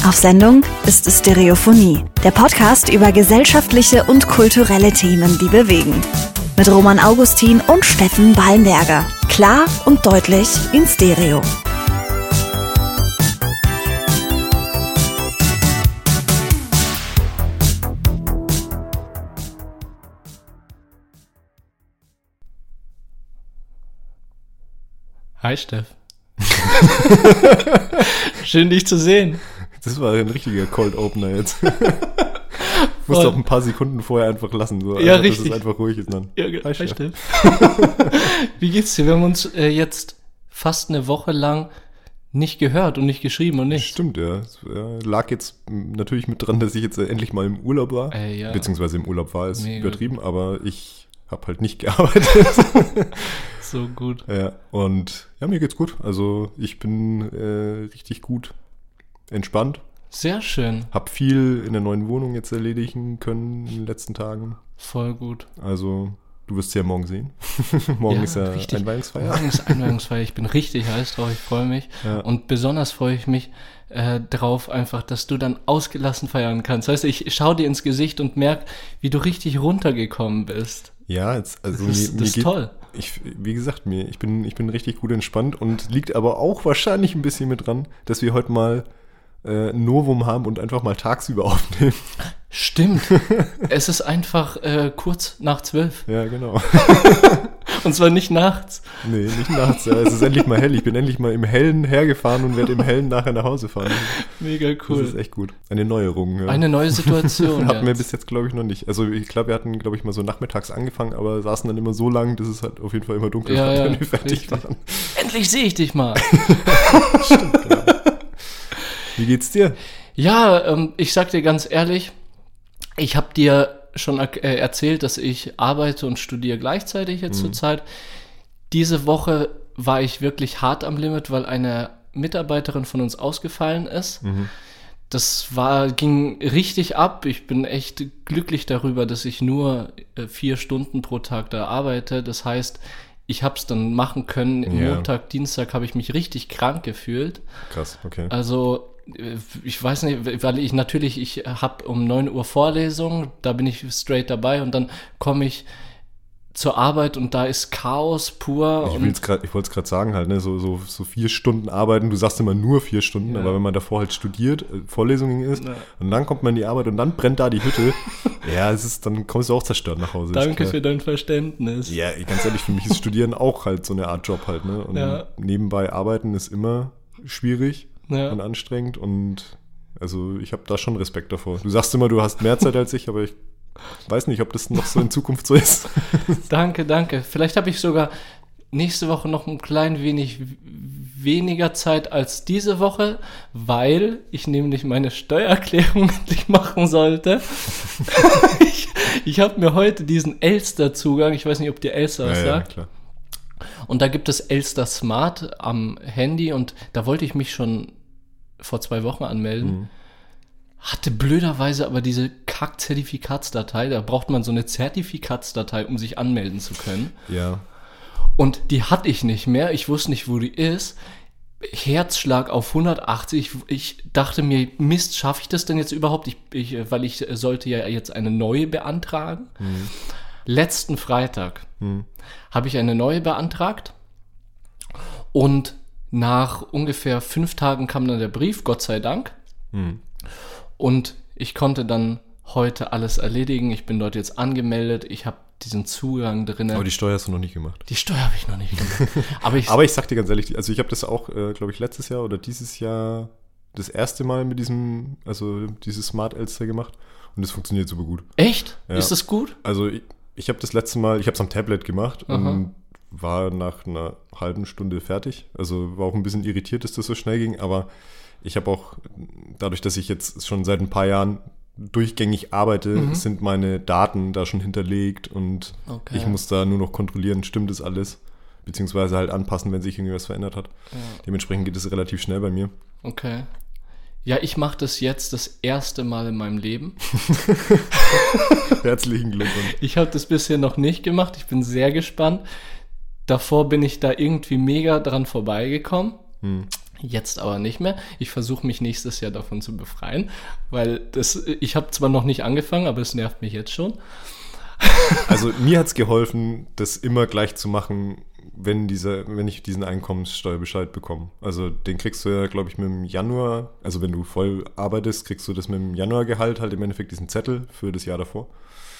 Auf Sendung ist Stereophonie, der Podcast über gesellschaftliche und kulturelle Themen, die bewegen. Mit Roman Augustin und Steffen Ballenberger. Klar und deutlich in Stereo. Hi Steff. Schön, dich zu sehen. Das war ein richtiger Cold Opener jetzt. Musst du auch ein paar Sekunden vorher einfach lassen. So. Ja, einfach, richtig. Dass es einfach ruhig ist dann. Ja, hi Steff. Wie geht's dir? Wir haben uns jetzt fast eine Woche lang nicht gehört und nicht geschrieben und nicht. Stimmt, ja. Es lag jetzt natürlich mit dran, dass ich jetzt endlich mal im Urlaub war. Ja. Beziehungsweise im Urlaub war, ist Mega. übertrieben, aber ich habe halt nicht gearbeitet. So gut. Ja, und ja, mir geht's gut. Also ich bin richtig gut entspannt. Sehr schön. Hab viel in der neuen Wohnung jetzt erledigen können in den letzten Tagen. Voll gut. Also du wirst es ja morgen sehen. Morgen ist ja richtig. Einweihungsfeier. Morgen ist Einweihungsfeier. Ich bin richtig heiß drauf. Ich freue mich. Ja. Und besonders freue ich mich drauf einfach, dass du dann ausgelassen feiern kannst. Weißt du, ich schaue dir ins Gesicht und merke, wie du richtig runtergekommen bist. Ja, jetzt, also Das ist geht, toll. Wie gesagt, ich bin richtig gut entspannt und liegt aber auch wahrscheinlich ein bisschen mit dran, dass wir heute mal ein Novum haben und einfach mal tagsüber aufnehmen. Stimmt. Es ist einfach kurz nach 12. Ja, genau. Und zwar nicht nachts. Nee, nicht nachts. Ja. Es ist endlich mal hell. Ich bin endlich mal im Hellen hergefahren und werde im Hellen nachher nach Hause fahren. Mega cool. Das ist echt gut. Eine Neuerung. Ja. Eine neue Situation. Hatten wir bis jetzt, glaube ich, noch nicht. Also ich glaube, wir hatten, glaube ich, mal so nachmittags angefangen, aber saßen dann immer so lang, dass es halt auf jeden Fall immer dunkel war, wenn wir fertig waren. Endlich sehe ich dich mal. Stimmt, genau. Wie geht's dir? Ja, ich sag dir ganz ehrlich, ich habe dir schon erzählt, dass ich arbeite und studiere gleichzeitig jetzt zurzeit. Diese Woche war ich wirklich hart am Limit, weil eine Mitarbeiterin von uns ausgefallen ist. Das ging richtig ab. Ich bin echt glücklich darüber, dass ich nur 4 Stunden pro Tag da arbeite. Das heißt, ich habe es dann machen können. Ja. Montag, Dienstag habe ich mich richtig krank gefühlt. Krass, okay. Also ich weiß nicht, weil ich habe um 9 Uhr Vorlesung, da bin ich straight dabei und dann komme ich zur Arbeit und da ist Chaos pur. Ich wollte es gerade sagen halt, ne, so 4 Stunden arbeiten, du sagst immer nur 4 Stunden, Ja. aber wenn man davor halt studiert, Vorlesungen ist Ja. und dann kommt man in die Arbeit und dann brennt da die Hütte, ja, dann kommst du auch zerstört nach Hause. Danke für dein Verständnis. Ja, ganz ehrlich, für mich ist Studieren auch halt so eine Art Job halt, ne, und nebenbei arbeiten ist immer schwierig und anstrengend und also ich habe da schon Respekt davor. Du sagst immer, du hast mehr Zeit als ich, aber ich weiß nicht, ob das noch so in Zukunft so ist. Danke. Vielleicht habe ich sogar nächste Woche noch ein klein wenig weniger Zeit als diese Woche, weil ich nämlich meine Steuererklärung endlich machen sollte. Ich habe mir heute diesen Elster-Zugang, ich weiß nicht, ob dir Elster was sagt. Klar. Und da gibt es Elster Smart am Handy und da wollte ich mich schon vor 2 Wochen anmelden. Hatte blöderweise aber diese Kack-Zertifikatsdatei, da braucht man so eine Zertifikatsdatei, um sich anmelden zu können. Ja. Und die hatte ich nicht mehr, ich wusste nicht, wo die ist. Herzschlag auf 180, ich dachte mir, Mist, schaffe ich das denn jetzt überhaupt? Weil ich sollte ja jetzt eine neue beantragen. Letzten Freitag habe ich eine neue beantragt und nach ungefähr 5 Tagen kam dann der Brief, Gott sei Dank. Und ich konnte dann heute alles erledigen. Ich bin dort jetzt angemeldet. Ich habe diesen Zugang drin. Aber die Steuer hast du noch nicht gemacht. Die Steuer habe ich noch nicht gemacht. Aber ich sag dir ganz ehrlich, also ich habe das auch, glaube ich, letztes Jahr oder dieses Jahr das erste Mal mit dieses Smart Elster gemacht und das funktioniert super gut. Echt? Ja. Ist das gut? Also ich habe das letzte Mal, ich habe es am Tablet gemacht und war nach einer halben Stunde fertig. Also war auch ein bisschen irritiert, dass das so schnell ging, aber ich habe auch, dadurch, dass ich jetzt schon seit ein paar Jahren durchgängig arbeite, sind meine Daten da schon hinterlegt und ich muss da nur noch kontrollieren, stimmt das alles, beziehungsweise halt anpassen, wenn sich irgendwas verändert hat. Ja. Dementsprechend geht es relativ schnell bei mir. Okay. Ja, ich mache das jetzt das erste Mal in meinem Leben. Herzlichen Glückwunsch. Ich habe das bisher noch nicht gemacht. Ich bin sehr gespannt. Davor bin ich da irgendwie mega dran vorbeigekommen. Jetzt aber nicht mehr. Ich versuche mich nächstes Jahr davon zu befreien, weil ich habe zwar noch nicht angefangen, aber es nervt mich jetzt schon. Also mir hat es geholfen, das immer gleich zu machen, wenn ich diesen Einkommenssteuerbescheid bekomme. Also den kriegst du ja, glaube ich, mit dem Januar, also wenn du voll arbeitest, kriegst du das mit dem Januargehalt halt im Endeffekt diesen Zettel für das Jahr davor.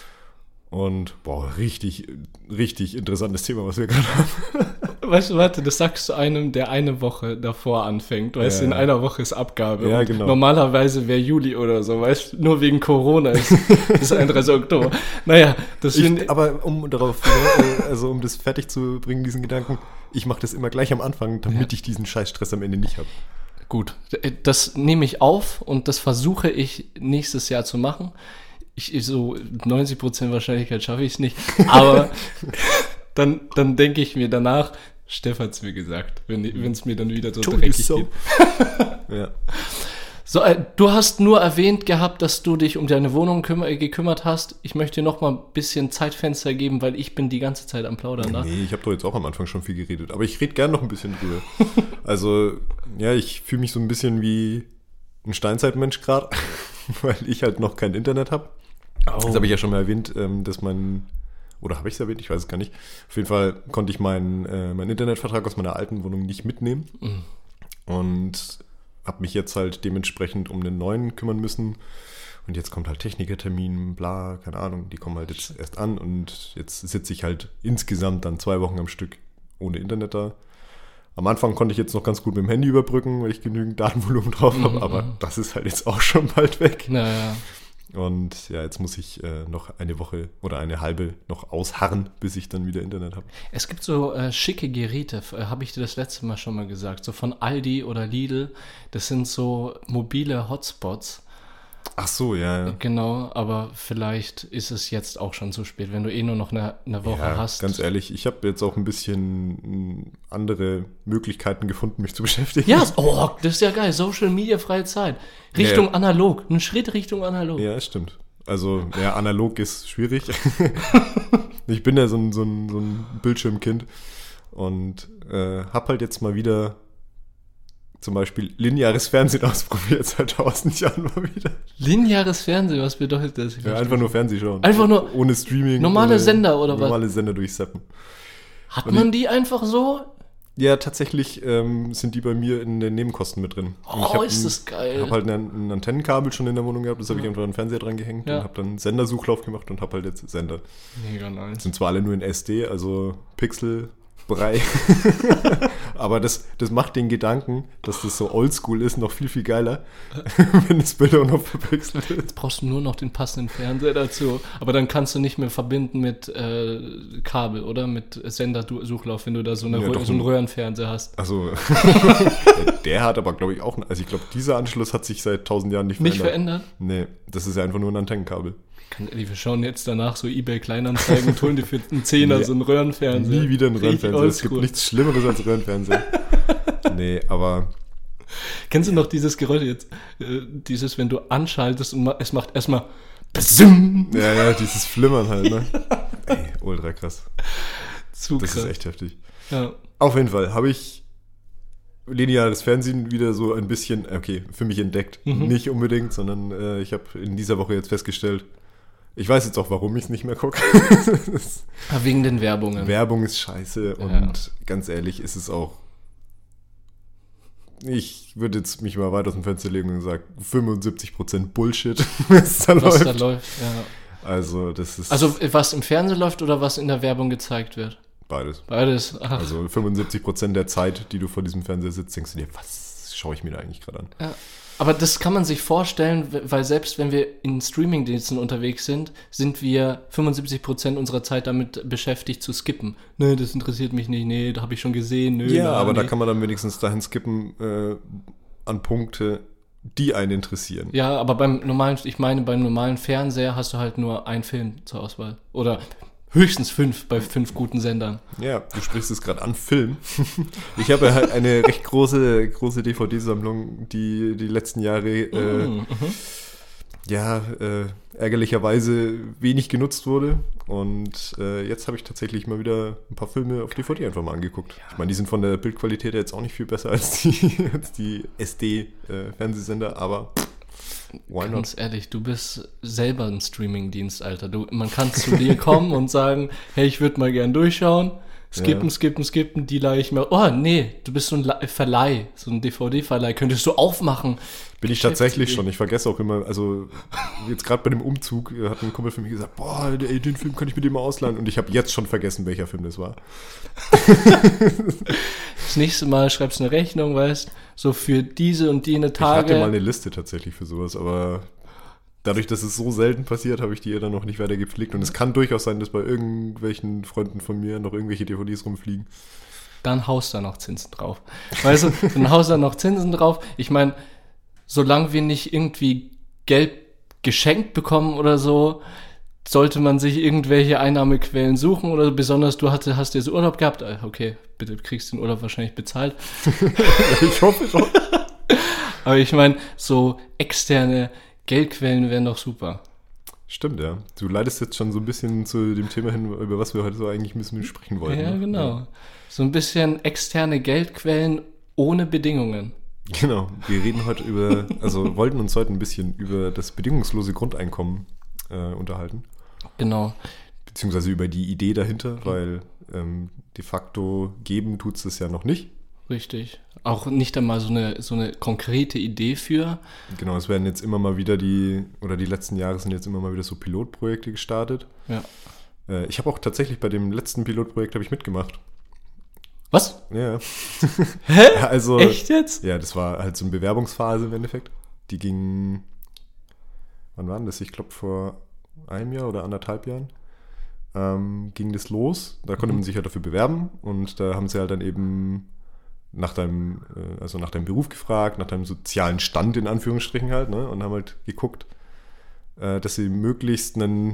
Und richtig, richtig interessantes Thema, was wir gerade haben. Weißt du, warte, das sagst du einem, der eine Woche davor anfängt. Weißt du, in einer Woche ist Abgabe. Ja, genau. Normalerweise wäre Juli oder so, weißt du, nur wegen Corona ist 31. Oktober. Naja, aber um das fertig zu bringen, diesen Gedanken, ich mache das immer gleich am Anfang, damit ich diesen Scheißstress am Ende nicht habe. Gut, das nehme ich auf und das versuche ich nächstes Jahr zu machen. So 90% Wahrscheinlichkeit schaffe ich es nicht, aber dann denke ich mir danach, Steff hat es mir gesagt, wenn es mir dann wieder so dreckig geht. Ja. So, du hast nur erwähnt gehabt, dass du dich um deine Wohnung gekümmert hast. Ich möchte dir noch mal ein bisschen Zeitfenster geben, weil ich bin die ganze Zeit am Plaudern. Ne? Nee, ich habe doch jetzt auch am Anfang schon viel geredet, aber ich rede gern noch ein bisschen drüber. Also, ja, ich fühle mich so ein bisschen wie ein Steinzeitmensch gerade, weil ich halt noch kein Internet habe. Oh. Das habe ich ja schon mal erwähnt, dass oder habe ich es erwähnt? Ich weiß es gar nicht. Auf jeden Fall konnte ich meinen Internetvertrag aus meiner alten Wohnung nicht mitnehmen und habe mich jetzt halt dementsprechend um den neuen kümmern müssen. Und jetzt kommt halt Technikertermin, bla, keine Ahnung, die kommen halt jetzt erst an und jetzt sitze ich halt insgesamt dann 2 Wochen am Stück ohne Internet da. Am Anfang konnte ich jetzt noch ganz gut mit dem Handy überbrücken, weil ich genügend Datenvolumen drauf habe, aber das ist halt jetzt auch schon bald weg. Naja. Und ja, jetzt muss ich noch eine Woche oder eine halbe noch ausharren, bis ich dann wieder Internet habe. Es gibt so schicke Geräte, habe ich dir das letzte Mal schon mal gesagt, so von Aldi oder Lidl. Das sind so mobile Hotspots. Ach so, ja. Genau, aber vielleicht ist es jetzt auch schon zu spät, wenn du nur noch eine Woche hast. Ganz ehrlich, ich habe jetzt auch ein bisschen andere Möglichkeiten gefunden, mich zu beschäftigen. Ja, das ist ja geil. Social Media, freie Zeit. Richtung analog. Ein Schritt Richtung analog. Ja, stimmt. Also, ja, analog ist schwierig. Ich bin ja so ein Bildschirmkind und habe halt jetzt mal wieder zum Beispiel lineares Fernsehen ausprobiert seit 1000 Jahren mal wieder. Lineares Fernsehen, was bedeutet das? Ja, einfach nur Fernsehen schauen. Einfach nur ohne Streaming. Normale Sender oder was? Normale Sender durchseppen. Hat man die einfach so? Ja, tatsächlich sind die bei mir in den Nebenkosten mit drin. Ist das geil. Ich habe halt ein Antennenkabel schon in der Wohnung gehabt, das habe ich einfach an den Fernseher dran gehängt und habe dann einen Sendersuchlauf gemacht und habe halt jetzt Sender. Mega nice. Sind zwar alle nur in SD, also Pixel, Brei. Aber das macht den Gedanken, dass das so oldschool ist, noch viel, viel geiler, wenn das Bild auch noch verpixelt ist. Jetzt brauchst du nur noch den passenden Fernseher dazu. Aber dann kannst du nicht mehr verbinden mit Kabel, oder? Mit Sendersuchlauf, wenn du da so einen Röhrenfernseher hast. Also der hat aber, glaube ich, auch... Also ich glaube, dieser Anschluss hat sich seit 1000 Jahren nicht verändert. Nicht verändert? Nee, das ist ja einfach nur ein Antennenkabel. Wir schauen jetzt danach so eBay-Kleinanzeigen und holen dir für einen Zehner so einen Röhrenfernseher. Nie wieder einen Röhrenfernseher. Es gibt nichts Schlimmeres als Röhrenfernseher. Nee, aber... Kennst du noch dieses Geräusch jetzt? Dieses, wenn du anschaltest und es macht erstmal Bzzum. Ja, dieses Flimmern halt, ne? Ey, ultra krass. Zu krass. Das ist echt heftig. Ja. Auf jeden Fall habe ich lineares Fernsehen wieder so ein bisschen, für mich entdeckt. Nicht unbedingt, sondern ich habe in dieser Woche jetzt festgestellt, ich weiß jetzt auch, warum ich es nicht mehr gucke. Wegen den Werbungen. Werbung ist scheiße und ganz ehrlich ist es auch. Ich würde jetzt mich mal weit aus dem Fenster legen und sagen, 75% Bullshit, was da läuft. Ja. Also, das ist. Also, was im Fernsehen läuft oder was in der Werbung gezeigt wird? Beides. Ach. Also 75% der Zeit, die du vor diesem Fernseher sitzt, denkst du dir, was schaue ich mir da eigentlich gerade an? Ja. Aber das kann man sich vorstellen, weil selbst wenn wir in Streamingdiensten unterwegs sind, sind wir 75% unserer Zeit damit beschäftigt zu skippen. Nee, das interessiert mich nicht, nee, da habe ich schon gesehen, nö. Ja, aber da kann man dann wenigstens dahin skippen an Punkte, die einen interessieren. Ja, aber beim normalen Fernseher hast du halt nur einen Film zur Auswahl. Oder höchstens 5 bei 5 guten Sendern. Ja, du sprichst es gerade an, Film. Ich habe halt eine recht große DVD-Sammlung, die letzten Jahre ärgerlicherweise wenig genutzt wurde. Und jetzt habe ich tatsächlich mal wieder ein paar Filme auf DVD einfach mal angeguckt. Ja. Ich meine, die sind von der Bildqualität jetzt auch nicht viel besser als die SD-Fernsehsender, aber why not? Ganz ehrlich, du bist selber ein Streaming-Dienst, Alter. Man kann zu dir kommen und sagen, hey, ich würde mal gern durchschauen. Skippen, die leihe ich mir. Oh, nee, du bist so ein Verleih, so ein DVD-Verleih. Könntest du aufmachen. Bin ich tatsächlich schon. Ich vergesse auch immer, also jetzt gerade bei dem Umzug hat ein Kumpel für mich gesagt, boah, ey, den Film kann ich mir dir mal ausleihen. Und ich habe jetzt schon vergessen, welcher Film das war. Das nächste Mal schreibst du eine Rechnung, weißt, so für diese und jene Tage. Ich hatte mal eine Liste tatsächlich für sowas, aber dadurch, dass es so selten passiert, habe ich die ja dann noch nicht weiter gepflegt. Und es kann durchaus sein, dass bei irgendwelchen Freunden von mir noch irgendwelche DVDs rumfliegen. Dann haust du noch Zinsen drauf. Weißt du, dann haust du noch Zinsen drauf. Ich meine, solange wir nicht irgendwie Geld geschenkt bekommen oder so, sollte man sich irgendwelche Einnahmequellen suchen oder besonders du hast jetzt Urlaub gehabt. Okay, bitte kriegst du den Urlaub wahrscheinlich bezahlt. Ich hoffe schon. Aber ich meine, so externe Geldquellen wären doch super. Stimmt, ja. Du leitest jetzt schon so ein bisschen zu dem Thema hin, über was wir heute so eigentlich ein bisschen sprechen wollten. Ja, ne? genau. Ja. So ein bisschen externe Geldquellen ohne Bedingungen. Genau. Wir reden heute wollten uns heute ein bisschen über das bedingungslose Grundeinkommen unterhalten. Genau. Beziehungsweise über die Idee dahinter, weil de facto geben tut es das ja noch nicht. Richtig. Auch nicht einmal so eine konkrete Idee für. Genau, es werden jetzt immer mal wieder die letzten Jahre sind jetzt immer mal wieder so Pilotprojekte gestartet. Ja. Ich habe auch tatsächlich bei dem letzten Pilotprojekt habe ich mitgemacht. Was? Ja. Hä? Also, echt jetzt? Ja, das war halt so eine Bewerbungsphase im Endeffekt. Die ging, wann war denn das? Ich glaube vor einem Jahr oder 1,5 Jahren ging das los. Da konnte man sich halt dafür bewerben und da haben sie halt dann eben nach deinem Beruf gefragt, nach deinem sozialen Stand in Anführungsstrichen halt, ne? Und haben halt geguckt, dass sie möglichst eine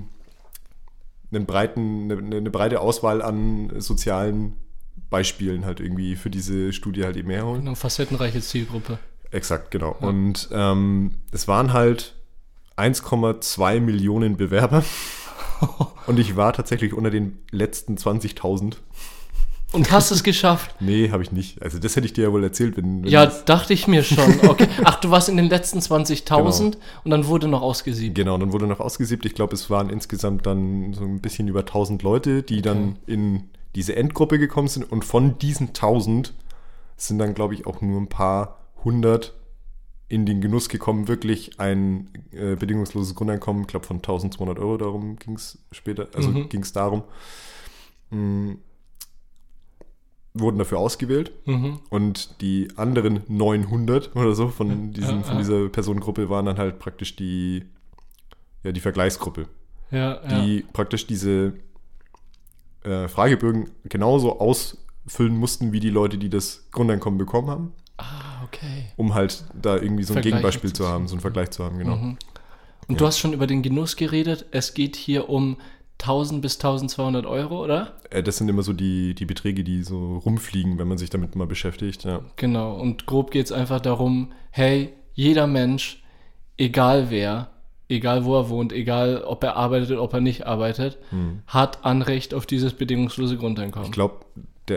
breite Auswahl an sozialen Beispielen halt irgendwie für diese Studie halt eben herholen. Eine facettenreiche Zielgruppe. Exakt, genau. Ja. Und es waren halt 1,2 Millionen Bewerber und ich war tatsächlich unter den letzten 20.000. Und hast es geschafft? Nee, habe ich nicht. Also das hätte ich dir ja wohl erzählt, wenn ja, dachte ich mir schon. Okay. Ach, du warst in den letzten 20.000 genau. Und dann wurde noch ausgesiebt. Genau, dann wurde noch ausgesiebt. Ich glaube, es waren insgesamt dann so ein bisschen über 1.000 Leute, die dann in diese Endgruppe gekommen sind. Und von diesen 1.000 sind dann, glaube ich, auch nur ein paar hundert in den Genuss gekommen, wirklich ein bedingungsloses Grundeinkommen, ich glaube von 1.200 Euro, darum ging es später, also ging es darum, wurden dafür ausgewählt und die anderen 900 oder so von dieser Personengruppe waren dann halt praktisch die Vergleichsgruppe, die praktisch diese Fragebögen genauso ausfüllen mussten wie die Leute, die das Grundeinkommen bekommen haben. Ah, okay. Um halt da irgendwie so ein Gegenbeispiel zu haben, so einen Vergleich zu haben, genau. Und du hast schon über den Genuss geredet. Es geht hier um 1.000 bis 1.200 Euro, oder? Das sind immer so die Beträge, die so rumfliegen, wenn man sich damit mal beschäftigt, ja. Genau, und grob geht es einfach darum, hey, jeder Mensch, egal wer, egal wo er wohnt, egal ob er arbeitet, ob er nicht arbeitet, hat Anrecht auf dieses bedingungslose Grundeinkommen. Ich glaube, die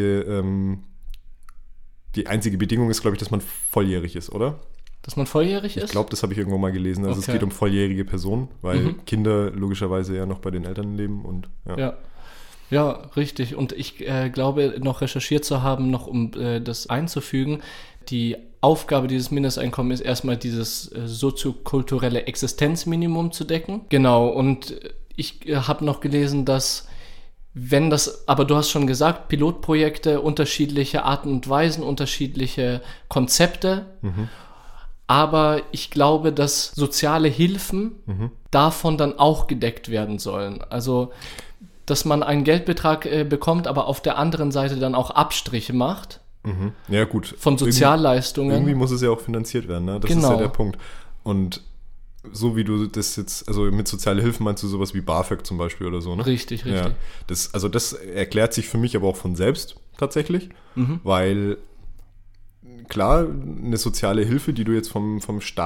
einzige Bedingung ist, glaube ich, dass man volljährig ist, oder? Dass man volljährig ist? Ich glaube, das habe ich irgendwo mal gelesen. Also es geht um volljährige Personen, weil Kinder logischerweise ja noch bei den Eltern leben und Ja, richtig. Und ich glaube, noch recherchiert zu haben, noch um das einzufügen, die Aufgabe dieses Mindesteinkommens ist erstmal dieses soziokulturelle Existenzminimum zu decken. Genau, und ich habe noch gelesen, dass aber du hast schon gesagt, Pilotprojekte, unterschiedliche Arten und Weisen, unterschiedliche Konzepte, aber ich glaube, dass soziale Hilfen davon dann auch gedeckt werden sollen. Also, dass man einen Geldbetrag bekommt, aber auf der anderen Seite dann auch Abstriche macht. Ja, gut. Von Sozialleistungen. Irgendwie muss es ja auch finanziert werden, ne? Das ist ja der Punkt. Und so wie du das jetzt, also mit soziale Hilfen meinst du sowas wie BAföG zum Beispiel oder so, ne? Richtig. Ja, das erklärt sich für mich aber auch von selbst tatsächlich, weil klar, eine soziale Hilfe, die du jetzt vom Staat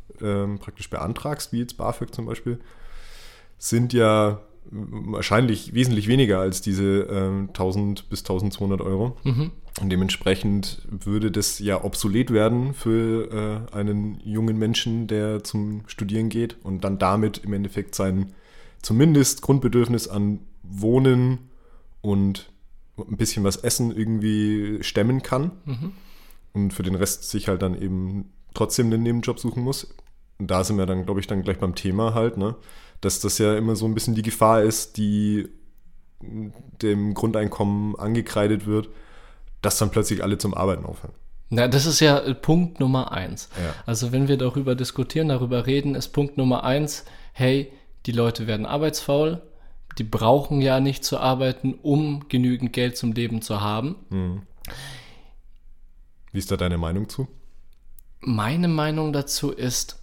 praktisch beantragst, wie jetzt BAföG zum Beispiel, sind ja wahrscheinlich wesentlich weniger als diese 1000 bis 1200 Euro. Und dementsprechend würde das ja obsolet werden für einen jungen Menschen, der zum Studieren geht und dann damit im Endeffekt sein zumindest Grundbedürfnis an Wohnen und ein bisschen was Essen irgendwie stemmen kann. Und für den Rest sich halt dann eben trotzdem den Nebenjob suchen muss. Und da sind wir dann, glaube ich, dann gleich beim Thema halt, ne? Dass das ja immer so ein bisschen die Gefahr ist, die dem Grundeinkommen angekreidet wird, dass dann plötzlich alle zum Arbeiten aufhören. Na, das ist ja Punkt Nummer 1. Ja. Also wenn wir darüber diskutieren, darüber reden, ist Punkt Nummer 1, hey, die Leute werden arbeitsfaul, die brauchen ja nicht zu arbeiten, um genügend Geld zum Leben zu haben. Wie ist da deine Meinung zu? Meine Meinung dazu ist,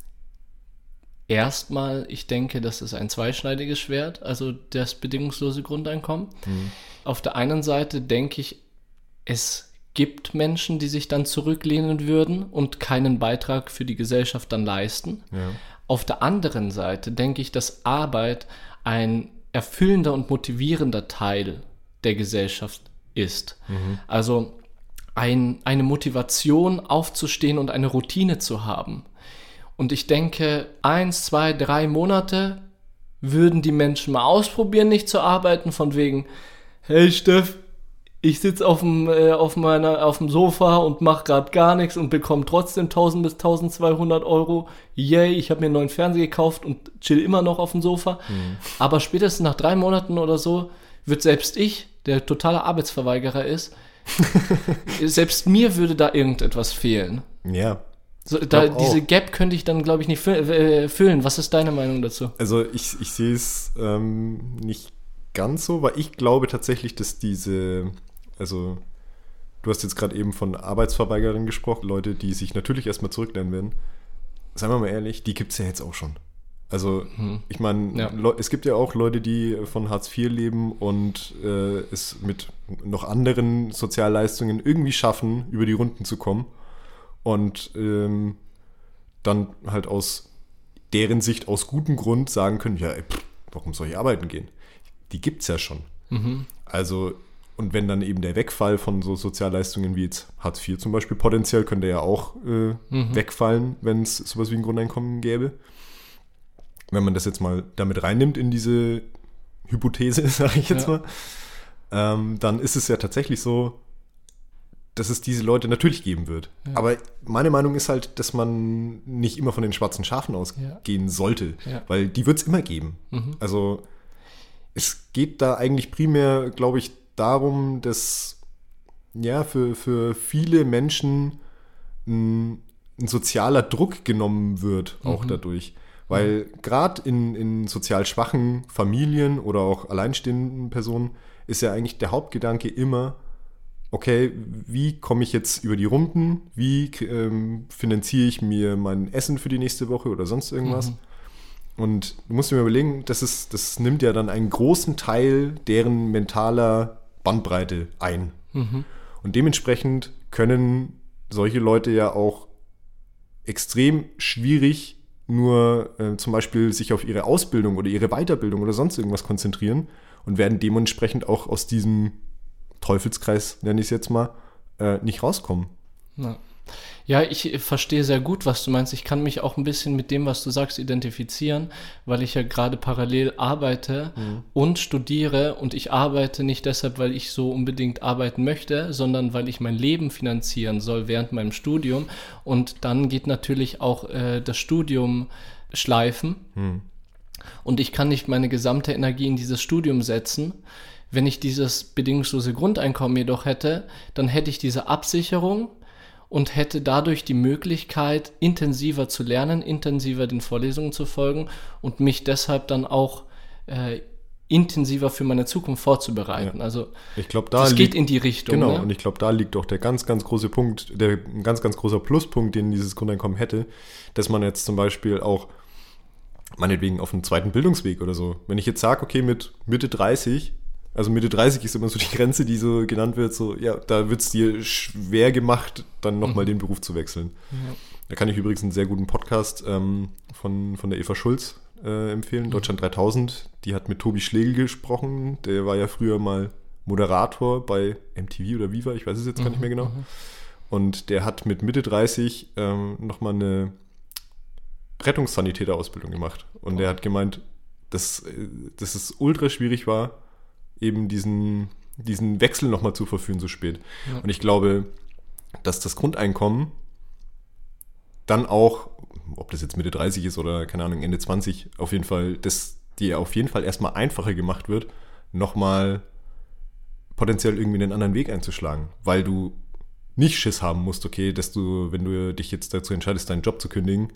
erstmal, ich denke, das ist ein zweischneidiges Schwert, also das bedingungslose Grundeinkommen. Auf der einen Seite denke ich, es gibt Menschen, die sich dann zurücklehnen würden und keinen Beitrag für die Gesellschaft dann leisten. Ja. Auf der anderen Seite denke ich, dass Arbeit ein erfüllender und motivierender Teil der Gesellschaft ist. Also eine Motivation aufzustehen und eine Routine zu haben. Und ich denke, 1, 2, 3 Monate würden die Menschen mal ausprobieren, nicht zu arbeiten, von wegen, hey Steff, ich sitze auf dem Sofa und mache gerade gar nichts und bekomme trotzdem 1000 bis 1200 Euro. Yay, ich habe mir einen neuen Fernseher gekauft und chill immer noch auf dem Sofa. Aber spätestens nach 3 Monaten oder so wird selbst ich, der totale Arbeitsverweigerer ist, selbst mir würde da irgendetwas fehlen. Ja. So, diese Gap könnte ich dann, glaube ich, nicht füllen. Was ist deine Meinung dazu? Also ich sehe es nicht ganz so, weil ich glaube tatsächlich, dass also du hast jetzt gerade eben von Arbeitsverweigerern gesprochen, Leute, die sich natürlich erstmal zurücklehnen werden. Seien wir mal ehrlich, die gibt es ja jetzt auch schon. Also ich meine, es gibt ja auch Leute, die von Hartz IV leben und es mit noch anderen Sozialleistungen irgendwie schaffen, über die Runden zu kommen. Und dann halt aus deren Sicht aus gutem Grund sagen können, ja, warum soll ich arbeiten gehen? Die gibt's ja schon. Also, und wenn dann eben der Wegfall von so Sozialleistungen wie jetzt Hartz IV zum Beispiel, potenziell könnte ja auch wegfallen, wenn es sowas wie ein Grundeinkommen gäbe. Wenn man das jetzt mal damit reinnimmt in diese Hypothese, sage ich jetzt mal, dann ist es ja tatsächlich so, dass es diese Leute natürlich geben wird. Ja. Aber meine Meinung ist halt, dass man nicht immer von den schwarzen Schafen ausgehen sollte, weil die wird es immer geben. Also es geht da eigentlich primär, glaube ich, darum, dass für viele Menschen ein sozialer Druck genommen wird, auch dadurch. Weil gerade in sozial schwachen Familien oder auch alleinstehenden Personen ist ja eigentlich der Hauptgedanke immer, okay, wie komme ich jetzt über die Runden? Wie finanziere ich mir mein Essen für die nächste Woche oder sonst irgendwas? Und du musst dir mal überlegen, das nimmt ja dann einen großen Teil deren mentaler Bandbreite ein. Und dementsprechend können solche Leute ja auch extrem schwierig nur zum Beispiel sich auf ihre Ausbildung oder ihre Weiterbildung oder sonst irgendwas konzentrieren und werden dementsprechend auch aus diesem Teufelskreis, nenne ich es jetzt mal, nicht rauskommen. Ja, ich verstehe sehr gut, was du meinst. Ich kann mich auch ein bisschen mit dem, was du sagst, identifizieren, weil ich ja gerade parallel arbeite und studiere, und ich arbeite nicht deshalb, weil ich so unbedingt arbeiten möchte, sondern weil ich mein Leben finanzieren soll während meinem Studium, und dann geht natürlich auch das Studium schleifen und ich kann nicht meine gesamte Energie in dieses Studium setzen. Wenn ich dieses bedingungslose Grundeinkommen jedoch hätte, dann hätte ich diese Absicherung und hätte dadurch die Möglichkeit, intensiver zu lernen, intensiver den Vorlesungen zu folgen und mich deshalb dann auch intensiver für meine Zukunft vorzubereiten. Ja. Also ich glaub, das geht in die Richtung. Genau, ne? Und ich glaube, da liegt auch der ganz, ganz große Punkt, ein ganz, ganz großer Pluspunkt, den dieses Grundeinkommen hätte, dass man jetzt zum Beispiel auch meinetwegen auf einen zweiten Bildungsweg oder so, wenn ich jetzt sage, okay, mit Mitte 30 Also Mitte 30 ist immer so die Grenze, die so genannt wird, so, ja, da wird es dir schwer gemacht, dann nochmal den Beruf zu wechseln. Ja. Da kann ich übrigens einen sehr guten Podcast von der Eva Schulz empfehlen, Deutschland 3000. Die hat mit Tobi Schlegel gesprochen, der war ja früher mal Moderator bei MTV oder Viva, ich weiß es jetzt gar nicht mehr genau. Und der hat mit Mitte 30 nochmal eine Rettungssanitäter-Ausbildung gemacht. Und der hat gemeint, dass es ultra schwierig war, eben diesen Wechsel nochmal zu verführen so spät. Ja. Und ich glaube, dass das Grundeinkommen dann auch, ob das jetzt Mitte 30 ist oder, keine Ahnung, Ende 20, auf jeden Fall, dass dir auf jeden Fall erstmal einfacher gemacht wird, nochmal potenziell irgendwie einen anderen Weg einzuschlagen, weil du nicht Schiss haben musst, okay, dass du, wenn du dich jetzt dazu entscheidest, deinen Job zu kündigen,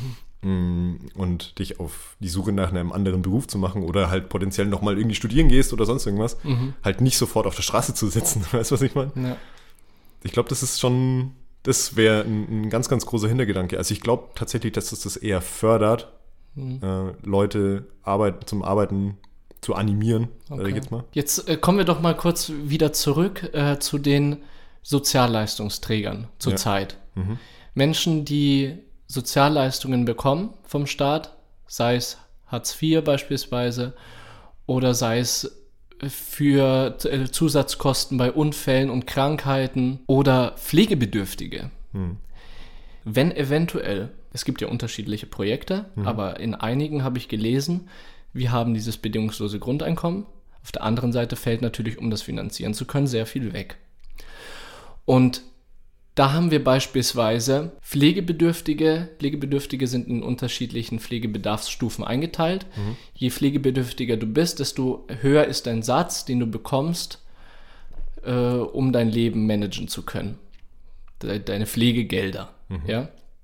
und dich auf die Suche nach einem anderen Beruf zu machen oder halt potenziell nochmal irgendwie studieren gehst oder sonst irgendwas, halt nicht sofort auf der Straße zu sitzen. Weißt du, was ich meine? Ja. Ich glaube, das wäre ein ganz, ganz großer Hintergedanke. Also ich glaube tatsächlich, dass es das eher fördert, Leute zum Arbeiten zu animieren, sag ich jetzt mal. Jetzt kommen wir doch mal kurz wieder zurück zu den Sozialleistungsträgern zurzeit. Ja. Menschen, die Sozialleistungen bekommen vom Staat, sei es Hartz IV beispielsweise oder sei es für Zusatzkosten bei Unfällen und Krankheiten oder Pflegebedürftige. Wenn eventuell, es gibt ja unterschiedliche Projekte, aber in einigen habe ich gelesen, wir haben dieses bedingungslose Grundeinkommen. Auf der anderen Seite fällt natürlich, um das finanzieren zu können, sehr viel weg. Und da haben wir beispielsweise Pflegebedürftige. Pflegebedürftige sind in unterschiedlichen Pflegebedarfsstufen eingeteilt. Je pflegebedürftiger du bist, desto höher ist dein Satz, den du bekommst, um dein Leben managen zu können. Deine Pflegegelder. Ja?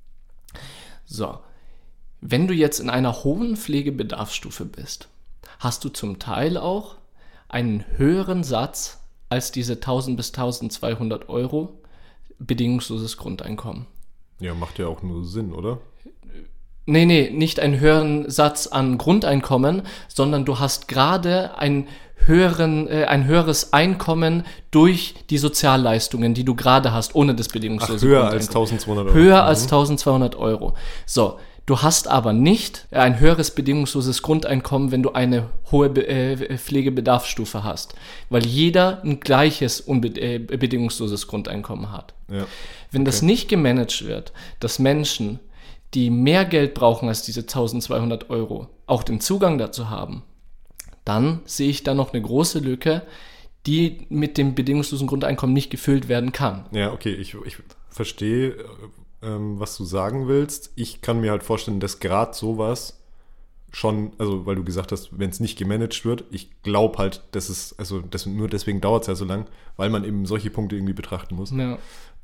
So. Wenn du jetzt in einer hohen Pflegebedarfsstufe bist, hast du zum Teil auch einen höheren Satz als diese 1.000 bis 1.200 Euro bedingungsloses Grundeinkommen. Ja, macht ja auch nur Sinn, oder? Nee, nicht einen höheren Satz an Grundeinkommen, sondern du hast gerade ein höheres Einkommen durch die Sozialleistungen, die du gerade hast, ohne das bedingungslose höher Grundeinkommen. Als 1.200 Euro. Höher als 1.200 Euro. So, du hast aber nicht ein höheres bedingungsloses Grundeinkommen, wenn du eine hohe Pflegebedarfsstufe hast, weil jeder ein gleiches bedingungsloses Grundeinkommen hat. Ja. Wenn das nicht gemanagt wird, dass Menschen, die mehr Geld brauchen als diese 1.200 Euro, auch den Zugang dazu haben, dann sehe ich da noch eine große Lücke, die mit dem bedingungslosen Grundeinkommen nicht gefüllt werden kann. Ja, okay, ich verstehe, was du sagen willst. Ich kann mir halt vorstellen, dass gerade sowas schon, also weil du gesagt hast, wenn es nicht gemanagt wird, ich glaube halt, nur deswegen dauert es ja so lang, weil man eben solche Punkte irgendwie betrachten muss. Ja.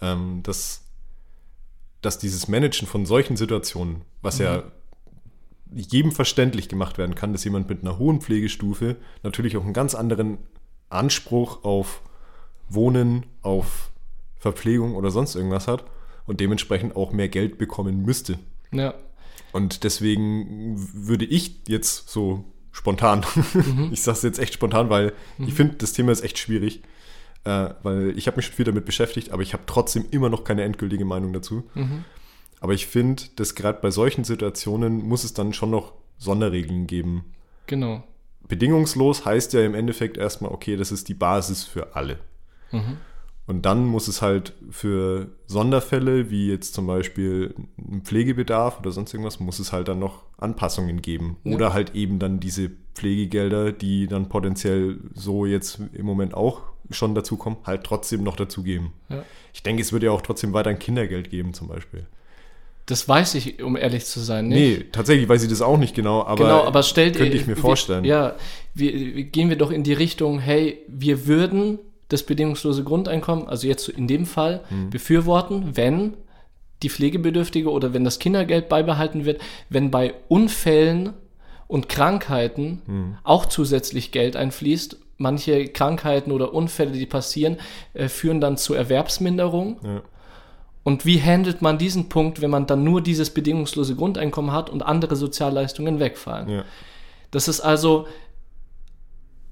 Dass dieses Managen von solchen Situationen, was ja jedem verständlich gemacht werden kann, dass jemand mit einer hohen Pflegestufe natürlich auch einen ganz anderen Anspruch auf Wohnen, auf Verpflegung oder sonst irgendwas hat und dementsprechend auch mehr Geld bekommen müsste. Ja. Und deswegen würde ich jetzt so spontan, ich sage es jetzt echt spontan, weil ich finde, das Thema ist echt schwierig, weil ich habe mich schon viel damit beschäftigt, aber ich habe trotzdem immer noch keine endgültige Meinung dazu. Aber ich finde, dass gerade bei solchen Situationen muss es dann schon noch Sonderregeln geben. Genau. Bedingungslos heißt ja im Endeffekt erstmal, okay, das ist die Basis für alle. Und dann muss es halt für Sonderfälle, wie jetzt zum Beispiel ein Pflegebedarf oder sonst irgendwas, muss es halt dann noch Anpassungen geben. Ja. Oder halt eben dann diese Pflegegelder, die dann potenziell so jetzt im Moment auch schon dazukommen, halt trotzdem noch dazugeben. Ja. Ich denke, es würde ja auch trotzdem weiter ein Kindergeld geben zum Beispiel. Das weiß ich, um ehrlich zu sein, nicht. Nee, tatsächlich weiß ich das auch nicht genau, aber könnte ich mir vorstellen. Gehen wir doch in die Richtung, hey, wir würden das bedingungslose Grundeinkommen, also jetzt in dem Fall, befürworten, wenn die Pflegebedürftige oder wenn das Kindergeld beibehalten wird, wenn bei Unfällen und Krankheiten auch zusätzlich Geld einfließt. Manche Krankheiten oder Unfälle, die passieren, führen dann zu Erwerbsminderung. Ja. Und wie handelt man diesen Punkt, wenn man dann nur dieses bedingungslose Grundeinkommen hat und andere Sozialleistungen wegfallen? Ja. Das ist also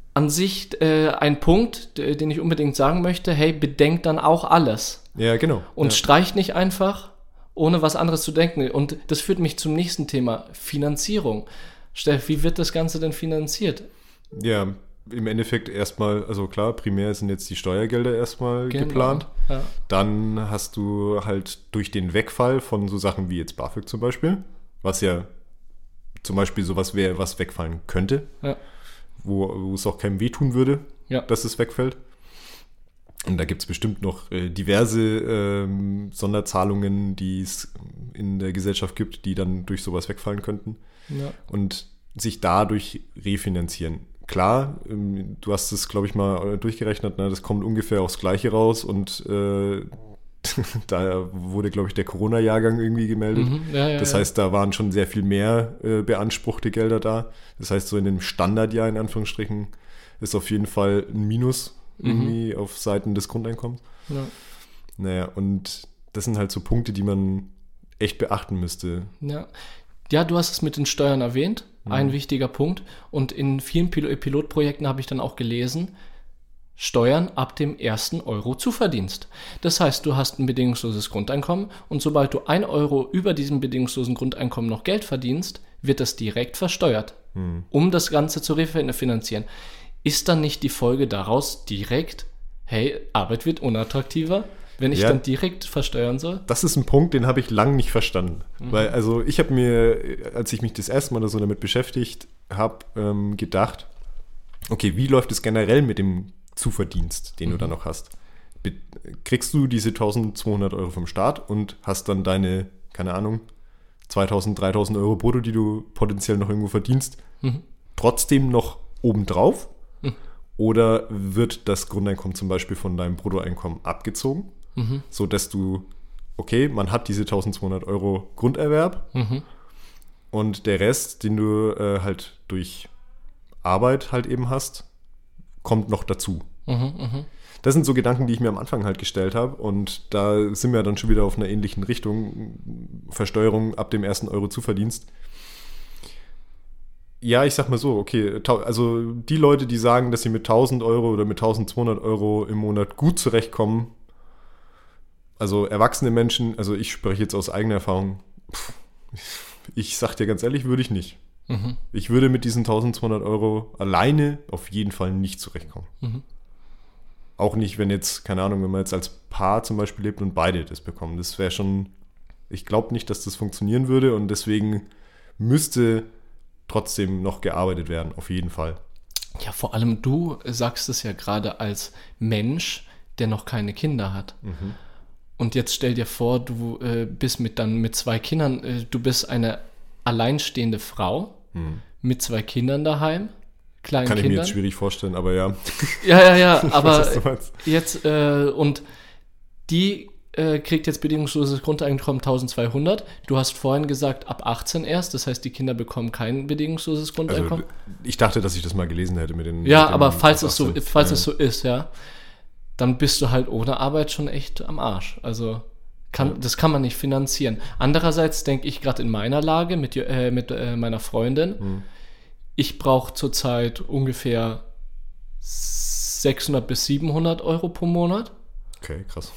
an sich ein Punkt, den ich unbedingt sagen möchte, hey, bedenkt dann auch alles. Ja, genau. Und streicht nicht einfach, ohne was anderes zu denken. Und das führt mich zum nächsten Thema, Finanzierung. Steff, wie wird das Ganze denn finanziert? Ja, im Endeffekt erstmal, also klar, primär sind jetzt die Steuergelder erstmal geplant. Ja. Dann hast du halt durch den Wegfall von so Sachen wie jetzt BAföG zum Beispiel, was ja zum Beispiel sowas wäre, was wegfallen könnte, wo es auch keinem wehtun würde, dass es wegfällt. Und da gibt es bestimmt noch diverse Sonderzahlungen, die es in der Gesellschaft gibt, die dann durch sowas wegfallen könnten. Ja. Und sich dadurch refinanzieren. Klar, du hast es, glaube ich, mal durchgerechnet, ne? Das kommt ungefähr aufs Gleiche raus und da wurde, glaube ich, der Corona-Jahrgang irgendwie gemeldet. Das heißt, da waren schon sehr viel mehr beanspruchte Gelder da. Das heißt, so in dem Standardjahr, in Anführungsstrichen, ist auf jeden Fall ein Minus irgendwie auf Seiten des Grundeinkommens. Ja. Naja, und das sind halt so Punkte, die man echt beachten müsste. Ja, du hast es mit den Steuern erwähnt, ein wichtiger Punkt. Und in vielen Pilotprojekten habe ich dann auch gelesen, Steuern ab dem ersten Euro Zuverdienst. Das heißt, du hast ein bedingungsloses Grundeinkommen und sobald du 1 Euro über diesem bedingungslosen Grundeinkommen noch Geld verdienst, wird das direkt versteuert, um das Ganze zu refinanzieren. Ist dann nicht die Folge daraus direkt, hey, Arbeit wird unattraktiver, wenn ich dann direkt versteuern soll? Das ist ein Punkt, den habe ich lang nicht verstanden. Weil, also ich habe mir, als ich mich das erste Mal so damit beschäftigt habe, gedacht, okay, wie läuft es generell mit dem Zuverdienst, den du da noch hast? Kriegst du diese 1.200 Euro vom Staat und hast dann deine, keine Ahnung, 2.000, 3.000 Euro brutto, die du potenziell noch irgendwo verdienst, trotzdem noch obendrauf? Oder wird das Grundeinkommen zum Beispiel von deinem Bruttoeinkommen abgezogen, sodass du, okay, man hat diese 1.200 Euro Grunderwerb und der Rest, den du halt durch Arbeit halt eben hast, kommt noch dazu. Das sind so Gedanken, die ich mir am Anfang halt gestellt habe und da sind wir dann schon wieder auf einer ähnlichen Richtung, Versteuerung ab dem ersten Euro Zuverdienst. Ja, ich sag mal so, okay, also die Leute, die sagen, dass sie mit 1.000 Euro oder mit 1.200 Euro im Monat gut zurechtkommen, also erwachsene Menschen, also ich spreche jetzt aus eigener Erfahrung, ich sag dir ganz ehrlich, würde ich nicht. Ich würde mit diesen 1.200 Euro alleine auf jeden Fall nicht zurechtkommen. Auch nicht, wenn jetzt, keine Ahnung, wenn man jetzt als Paar zum Beispiel lebt und beide das bekommen. Das wäre schon, ich glaube nicht, dass das funktionieren würde und deswegen müsste trotzdem noch gearbeitet werden, auf jeden Fall. Ja, vor allem du sagst es ja gerade als Mensch, der noch keine Kinder hat. Und jetzt stell dir vor, du bist mit 2 Kindern, du bist eine alleinstehende Frau mit 2 Kindern daheim, kleinen Kann ich Kindern. mir jetzt schwierig vorstellen, aber ja. Ja, aber was du meinst. jetzt, und die kriegt jetzt bedingungsloses Grundeinkommen 1.200. Du hast vorhin gesagt, ab 18 erst, das heißt, die Kinder bekommen kein bedingungsloses Grundeinkommen. Also, ich dachte, dass ich das mal gelesen hätte mit den... Ja, mit aber dem falls es so ist, dann bist du halt ohne Arbeit schon echt am Arsch. Also das kann man nicht finanzieren. Andererseits denke ich gerade in meiner Lage mit meiner Freundin, ich brauche zurzeit ungefähr 600 bis 700 Euro pro Monat. Okay, krass.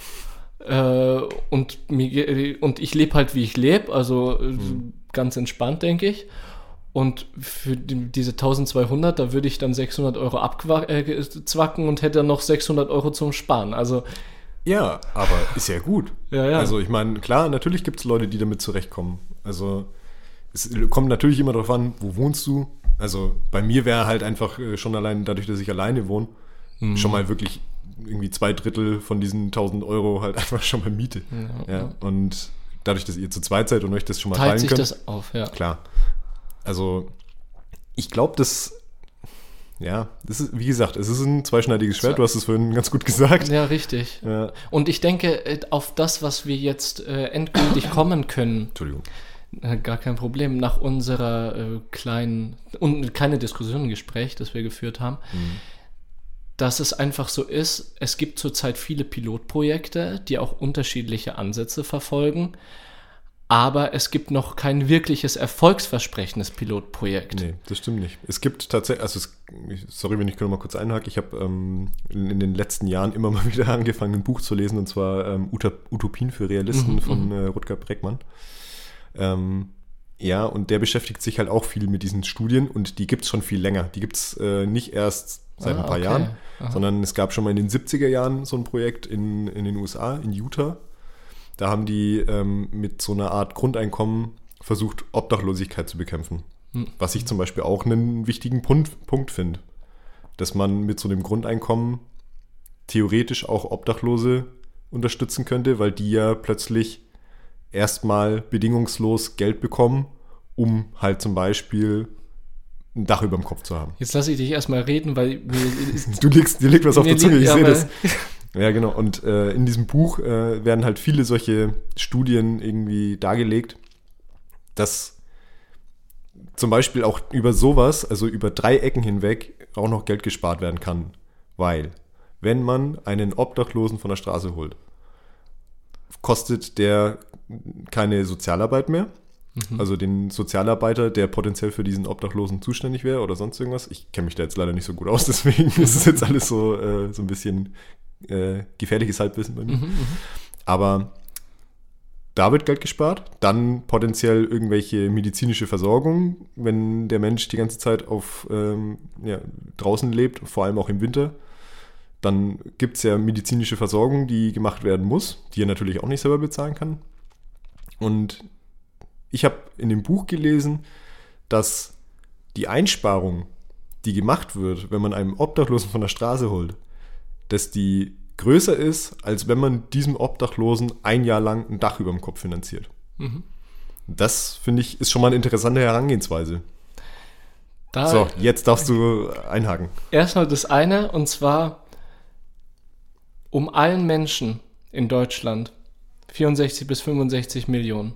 Und ich lebe halt, wie ich lebe, also ganz entspannt, denke ich. Und für diese 1.200, da würde ich dann 600 Euro abzwacken und hätte dann noch 600 Euro zum Sparen. Also ja, aber ist ja gut. Ja. Also ich meine, klar, natürlich gibt es Leute, die damit zurechtkommen. Also es kommt natürlich immer darauf an, wo wohnst du. Also bei mir wäre halt einfach schon allein dadurch, dass ich alleine wohne, schon mal wirklich irgendwie 2/3 von diesen 1.000 Euro halt einfach schon mal Miete. Ja. Und dadurch, dass ihr zu zweit seid und euch das schon mal teilen könnt. Teilt sich das auf, ja. Klar. Also ich glaube, das ist, wie gesagt, es ist ein zweischneidiges Schwert. Du hast es vorhin ganz gut gesagt. Ja, richtig. Ja. Und ich denke, auf das, was wir jetzt endgültig kommen können, Entschuldigung. Gar kein Problem, nach unserer kleinen, und keine Diskussion, Gespräch, das wir geführt haben, dass es einfach so ist, es gibt zurzeit viele Pilotprojekte, die auch unterschiedliche Ansätze verfolgen, aber es gibt noch kein wirkliches erfolgsversprechendes Pilotprojekt. Nee, das stimmt nicht. Es gibt tatsächlich, sorry, wenn ich noch mal kurz einhake, ich habe in den letzten Jahren immer mal wieder angefangen, ein Buch zu lesen, und zwar Utopien für Realisten von Rutger Bregmann. Ja, und der beschäftigt sich halt auch viel mit diesen Studien, und die gibt es schon viel länger. Die gibt es nicht erst seit ein paar Jahren, sondern es gab schon mal in den 70er Jahren so ein Projekt in den USA, in Utah. Da haben die mit so einer Art Grundeinkommen versucht, Obdachlosigkeit zu bekämpfen. Was ich zum Beispiel auch einen wichtigen Punkt finde. Dass man mit so einem Grundeinkommen theoretisch auch Obdachlose unterstützen könnte, weil die ja plötzlich erstmal bedingungslos Geld bekommen, um halt zum Beispiel ein Dach über dem Kopf zu haben. Jetzt lasse ich dich erstmal reden, weil dir liegt was auf der Zunge, ich sehe das. Ja, genau. Und in diesem Buch werden halt viele solche Studien irgendwie dargelegt, dass zum Beispiel auch über sowas, also über 3 Ecken hinweg, auch noch Geld gespart werden kann. Weil, wenn man einen Obdachlosen von der Straße holt, kostet der keine Sozialarbeit mehr. Also den Sozialarbeiter, der potenziell für diesen Obdachlosen zuständig wäre oder sonst irgendwas. Ich kenne mich da jetzt leider nicht so gut aus, deswegen ist es jetzt alles so ein bisschen gefährliches Halbwissen bei mir. Aber da wird Geld gespart. Dann potenziell irgendwelche medizinische Versorgung, wenn der Mensch die ganze Zeit draußen lebt, vor allem auch im Winter. Dann gibt es ja medizinische Versorgung, die gemacht werden muss, die er natürlich auch nicht selber bezahlen kann. Und ich habe in dem Buch gelesen, dass die Einsparung, die gemacht wird, wenn man einen Obdachlosen von der Straße holt, dass die größer ist, als wenn man diesem Obdachlosen ein Jahr lang ein Dach über dem Kopf finanziert. Das, finde ich, ist schon mal eine interessante Herangehensweise. So, jetzt darfst du einhaken. Erstmal das eine, und zwar um allen Menschen in Deutschland, 64 bis 65 Millionen,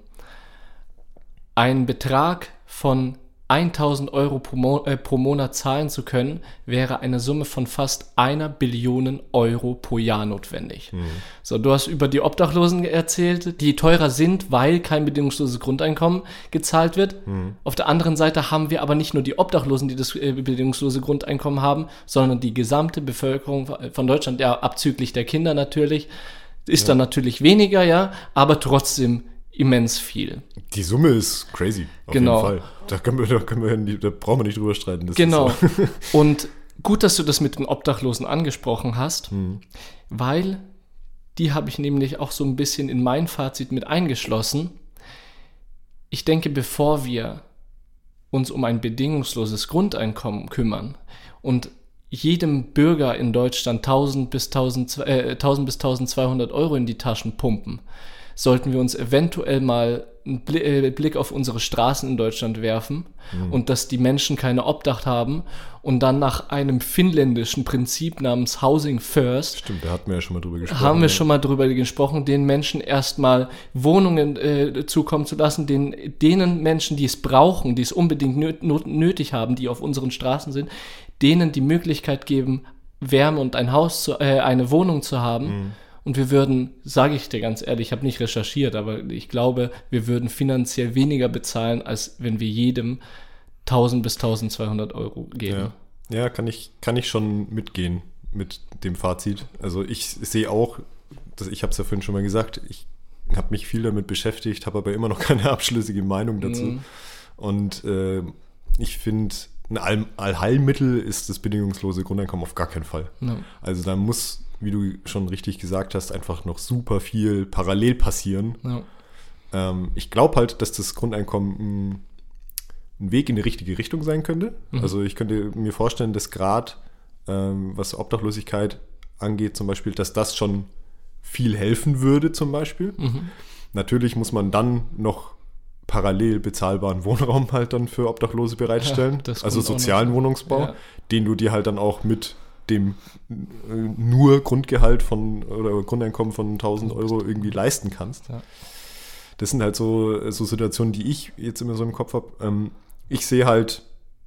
einen Betrag von 1.000 Euro pro Monat zahlen zu können, wäre eine Summe von fast 1 Billion Euro pro Jahr notwendig. So, du hast über die Obdachlosen erzählt, die teurer sind, weil kein bedingungsloses Grundeinkommen gezahlt wird. Auf der anderen Seite haben wir aber nicht nur die Obdachlosen, die das bedingungslose Grundeinkommen haben, sondern die gesamte Bevölkerung von Deutschland, ja, abzüglich der Kinder natürlich, ist dann natürlich weniger, ja, aber trotzdem immens viel. Die Summe ist crazy, auf jeden Fall. Da brauchen wir nicht drüber streiten. Genau. Und gut, dass du das mit den Obdachlosen angesprochen hast, weil die habe ich nämlich auch so ein bisschen in mein Fazit mit eingeschlossen. Ich denke, bevor wir uns um ein bedingungsloses Grundeinkommen kümmern und jedem Bürger in Deutschland 1.000 bis 1.200 Euro in die Taschen pumpen, sollten wir uns eventuell mal einen Blick auf unsere Straßen in Deutschland werfen und dass die Menschen keine Obdach haben und dann nach einem finnländischen Prinzip namens Housing First, stimmt, da hatten wir ja schon mal drüber gesprochen. Haben wir schon mal drüber gesprochen, den Menschen erstmal Wohnungen zukommen zu lassen, denen Menschen, die es brauchen, die es unbedingt nötig haben, die auf unseren Straßen sind, denen die Möglichkeit geben, Wärme und eine Wohnung zu haben. Und wir würden, sage ich dir ganz ehrlich, ich habe nicht recherchiert, aber ich glaube, wir würden finanziell weniger bezahlen, als wenn wir jedem 1.000 bis 1.200 Euro geben. Ja, kann ich schon mitgehen mit dem Fazit. Also ich sehe auch, ich habe es ja vorhin schon mal gesagt, ich habe mich viel damit beschäftigt, habe aber immer noch keine abschlüssige Meinung dazu. Und ich finde, ein Allheilmittel ist das bedingungslose Grundeinkommen auf gar keinen Fall. Also da muss, wie du schon richtig gesagt hast, einfach noch super viel parallel passieren. Ich glaube halt, dass das Grundeinkommen ein Weg in die richtige Richtung sein könnte. Also ich könnte mir vorstellen, dass gerade was Obdachlosigkeit angeht zum Beispiel, dass das schon viel helfen würde zum Beispiel. Natürlich muss man dann noch parallel bezahlbaren Wohnraum halt dann für Obdachlose bereitstellen. Also sozialen Wohnungsbau, den du dir halt dann auch mit dem nur Grundgehalt oder Grundeinkommen von 1.000 Euro irgendwie leisten kannst. Das sind halt so Situationen, die ich jetzt immer so im Kopf habe. Ich sehe halt,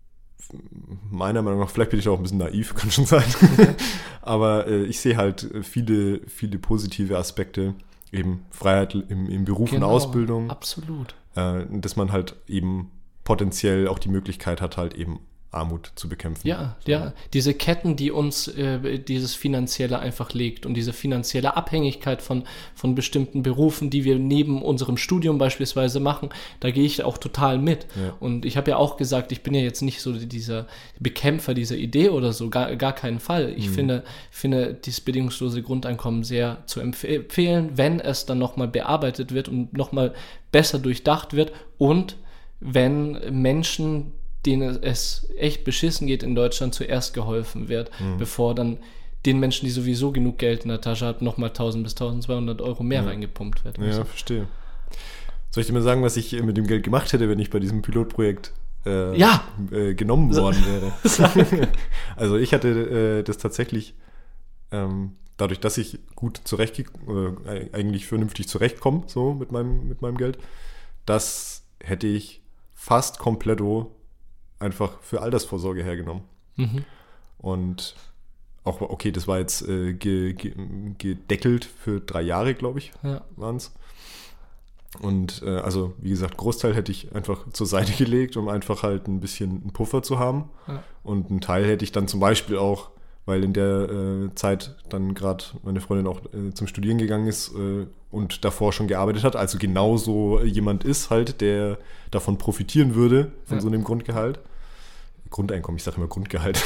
meiner Meinung nach, vielleicht bin ich auch ein bisschen naiv, kann schon sein, aber ich sehe halt viele, viele positive Aspekte eben Freiheit im Beruf und Genau, Ausbildung. Absolut. Dass man halt eben potenziell auch die Möglichkeit hat, halt eben Armut zu bekämpfen. Ja, diese Ketten, die uns dieses Finanzielle einfach legt und diese finanzielle Abhängigkeit von bestimmten Berufen, die wir neben unserem Studium beispielsweise machen, da gehe ich auch total mit. Ja. Und ich habe ja auch gesagt, ich bin ja jetzt nicht so dieser Bekämpfer dieser Idee oder so, gar keinen Fall. Ich finde dieses bedingungslose Grundeinkommen sehr zu empfehlen, wenn es dann nochmal bearbeitet wird und nochmal besser durchdacht wird und wenn Menschen, denen es echt beschissen geht in Deutschland, zuerst geholfen wird, bevor dann den Menschen, die sowieso genug Geld in der Tasche haben, nochmal 1.000 bis 1.200 Euro mehr reingepumpt wird. Ja, verstehe. Soll ich dir mal sagen, was ich mit dem Geld gemacht hätte, wenn ich bei diesem Pilotprojekt genommen worden wäre? Also ich hatte das tatsächlich, dadurch, dass ich gut eigentlich vernünftig zurechtkomme, so mit meinem Geld, das hätte ich fast kompletto einfach für Altersvorsorge hergenommen. Und auch, okay, das war jetzt gedeckelt für 3 Jahre, glaube ich, waren es. Und also, wie gesagt, Großteil hätte ich einfach zur Seite gelegt, um einfach halt ein bisschen einen Puffer zu haben. Ja. Und einen Teil hätte ich dann zum Beispiel auch, weil in der Zeit dann gerade meine Freundin auch zum Studieren gegangen ist und davor schon gearbeitet hat, also genauso jemand ist halt, der davon profitieren würde, von so einem Grundeinkommen, ich sage immer Grundgehalt.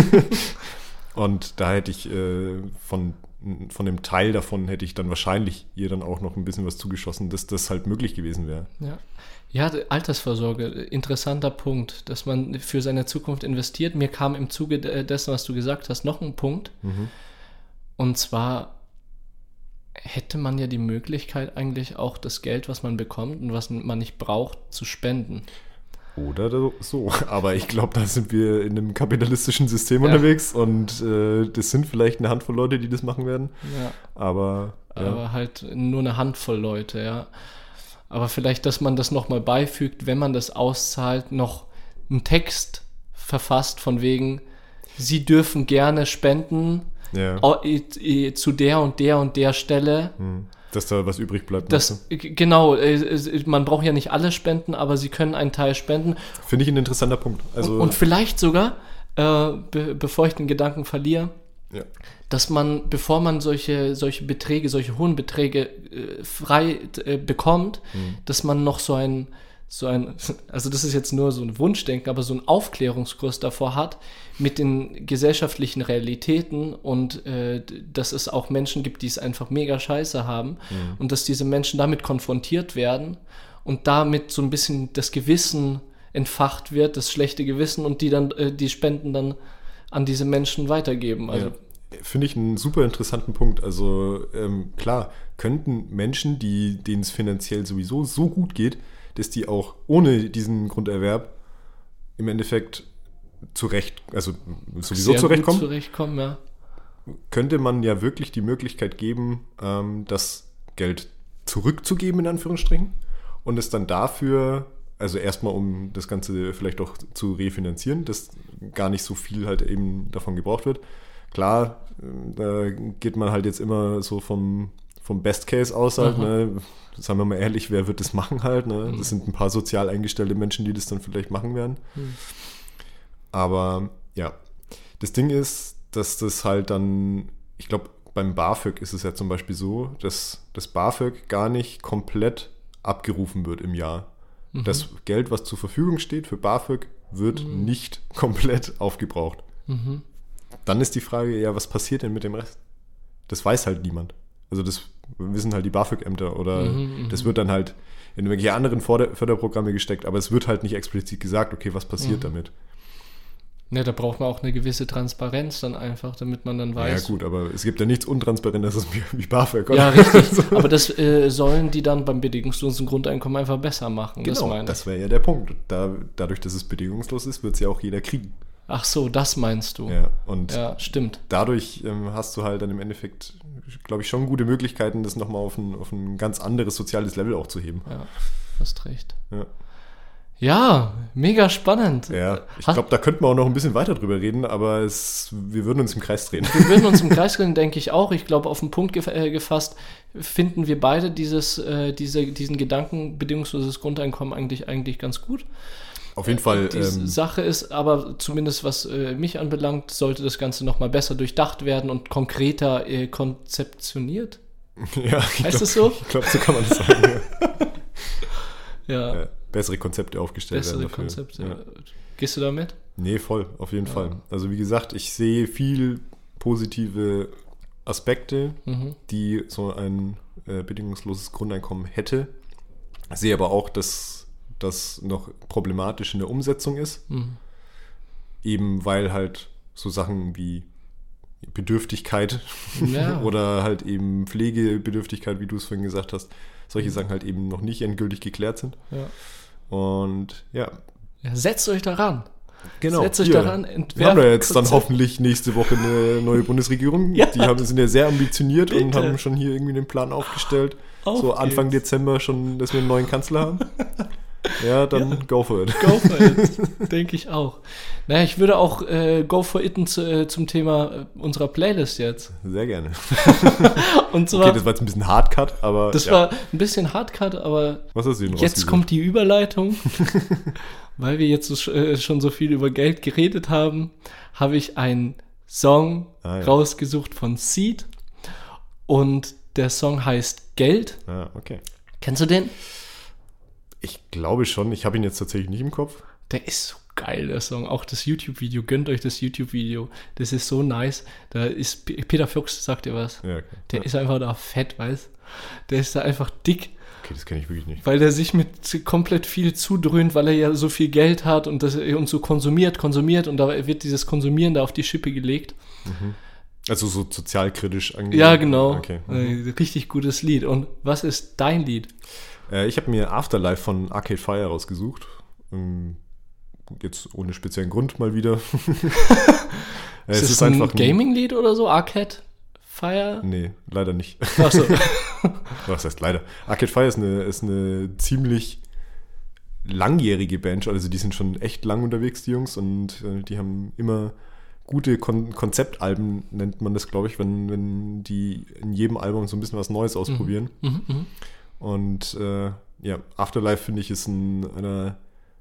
Und da hätte ich von dem Teil davon hätte ich dann wahrscheinlich ihr dann auch noch ein bisschen was zugeschossen, dass das halt möglich gewesen wäre. Ja, Altersvorsorge, interessanter Punkt, dass man für seine Zukunft investiert. Mir kam im Zuge dessen, was du gesagt hast, noch ein Punkt. Und zwar hätte man ja die Möglichkeit eigentlich auch das Geld, was man bekommt und was man nicht braucht, zu spenden. Oder so. Aber ich glaube, da sind wir in einem kapitalistischen System unterwegs und das sind vielleicht eine Handvoll Leute, die das machen werden. Ja. Aber halt nur eine Handvoll Leute, ja. Aber vielleicht, dass man das nochmal beifügt, wenn man das auszahlt, noch einen Text verfasst von wegen, Sie dürfen gerne spenden zu der und der und der Stelle. Dass da was übrig bleibt. Genau, man braucht ja nicht alle spenden, aber Sie können einen Teil spenden. Finde ich ein interessanter Punkt. Also und vielleicht sogar, bevor ich den Gedanken verliere, dass man, bevor man solche Beträge, solche hohen Beträge frei bekommt, dass man noch so ein, also das ist jetzt nur so ein Wunschdenken, aber so einen Aufklärungskurs davor hat, mit den gesellschaftlichen Realitäten und dass es auch Menschen gibt, die es einfach mega scheiße haben und dass diese Menschen damit konfrontiert werden und damit so ein bisschen das Gewissen entfacht wird, das schlechte Gewissen und die dann die Spenden dann an diese Menschen weitergeben. Also finde ich einen super interessanten Punkt. Also klar, könnten Menschen, denen es finanziell sowieso so gut geht, dass die auch ohne diesen Grunderwerb im Endeffekt sowieso zurechtkommen, ja. Könnte man ja wirklich die Möglichkeit geben, das Geld zurückzugeben, in Anführungsstrichen, und es dann dafür, also erstmal um das Ganze vielleicht auch zu refinanzieren, dass gar nicht so viel halt eben davon gebraucht wird. Klar, da geht man halt jetzt immer so vom Best Case aus halt, ne? Sagen wir mal ehrlich, wer wird das machen halt, ne? Das sind ein paar sozial eingestellte Menschen, die das dann vielleicht machen werden. Aber ja, das Ding ist, dass das halt dann, ich glaube, beim BAföG ist es ja zum Beispiel so, dass das BAföG gar nicht komplett abgerufen wird im Jahr. Das Geld, was zur Verfügung steht für BAföG, wird nicht komplett aufgebraucht. Dann ist die Frage, ja, was passiert denn mit dem Rest? Das weiß halt niemand. Also das wissen halt die BAföG-Ämter oder das wird dann halt in irgendwelche anderen Förderprogramme gesteckt, aber es wird halt nicht explizit gesagt, okay, was passiert damit. Ja, da braucht man auch eine gewisse Transparenz dann einfach, damit man dann weiß. Ja gut, aber es gibt ja nichts Untransparentes wie BAföG. Oder? Ja, richtig. Aber das sollen die dann beim bedingungslosen Grundeinkommen einfach besser machen. Genau, das wäre ja der Punkt. Dadurch, dass es bedingungslos ist, wird es ja auch jeder kriegen. Ach so, das meinst du. Ja, und ja, stimmt. Dadurch hast du halt dann im Endeffekt, glaube ich, schon gute Möglichkeiten, das nochmal auf ein ganz anderes soziales Level auch zu heben. Ja, hast recht. Ja. Ja, mega spannend. Ja, ich glaube, da könnten wir auch noch ein bisschen weiter drüber reden, aber wir würden uns im Kreis drehen. Wir würden uns im Kreis drehen, denke ich auch. Ich glaube, auf den Punkt gefasst finden wir beide diesen Gedanken, bedingungsloses Grundeinkommen eigentlich ganz gut. Auf jeden Fall. Die Sache ist aber, zumindest was mich anbelangt, sollte das Ganze nochmal besser durchdacht werden und konkreter konzeptioniert. Ja, heißt es so? Ich glaube, so kann man das sagen. Ja. Bessere Konzepte aufgestellt werden. Bessere Konzepte. Ja. Gehst du damit? Nee, voll, auf jeden Fall. Also wie gesagt, ich sehe viel positive Aspekte, die so ein bedingungsloses Grundeinkommen hätte. Ich sehe aber auch, dass das noch problematisch in der Umsetzung ist. Eben weil halt so Sachen wie Bedürftigkeit oder halt eben Pflegebedürftigkeit, wie du es vorhin gesagt hast, solche Sachen halt eben noch nicht endgültig geklärt sind. Ja. Und ja. Setzt euch daran. Genau. Setzt euch daran. Wir haben ja jetzt dann hoffentlich nächste Woche eine neue Bundesregierung. Ja. Sind ja sehr ambitioniert und haben schon hier irgendwie den Plan aufgestellt. So Anfang Dezember schon, dass wir einen neuen Kanzler haben. Ja, dann go for it. Go for it, denke ich auch. Naja, ich würde auch go for it zum Thema unserer Playlist jetzt. Sehr gerne. Und zwar, okay, das war jetzt ein bisschen Hardcut, aber... Das war ein bisschen Hardcut, aber was hast du denn jetzt kommt die Überleitung. Weil wir jetzt schon so viel über Geld geredet haben, habe ich einen Song rausgesucht von Seed. Und der Song heißt Geld. Ah, okay. Kennst du den? Ich glaube schon. Ich habe ihn jetzt tatsächlich nicht im Kopf. Der ist so geil, der Song. Auch das YouTube-Video. Gönnt euch das YouTube-Video. Das ist so nice. Da ist Peter Fuchs, sagt ihr was? Ja, okay. Der ist einfach da fett, weißt du? Der ist da einfach dick. Okay, das kenne ich wirklich nicht. Weil der sich mit komplett viel zudröhnt, weil er ja so viel Geld hat und so konsumiert und da wird dieses Konsumieren da auf die Schippe gelegt. Also so sozialkritisch angeht. Ja, genau. Okay. Richtig gutes Lied. Und was ist dein Lied? Ich habe mir Afterlife von Arcade Fire rausgesucht. Jetzt ohne speziellen Grund mal wieder. Ist das ein Gaming-Lied oder so? Arcade Fire? Nee, leider nicht. Ach so. Was heißt leider? Arcade Fire ist eine ziemlich langjährige Band. Also die sind schon echt lang unterwegs, die Jungs. Und die haben immer gute Konzeptalben, nennt man das, glaube ich, wenn die in jedem Album so ein bisschen was Neues ausprobieren. Und Afterlife, finde ich, ist einer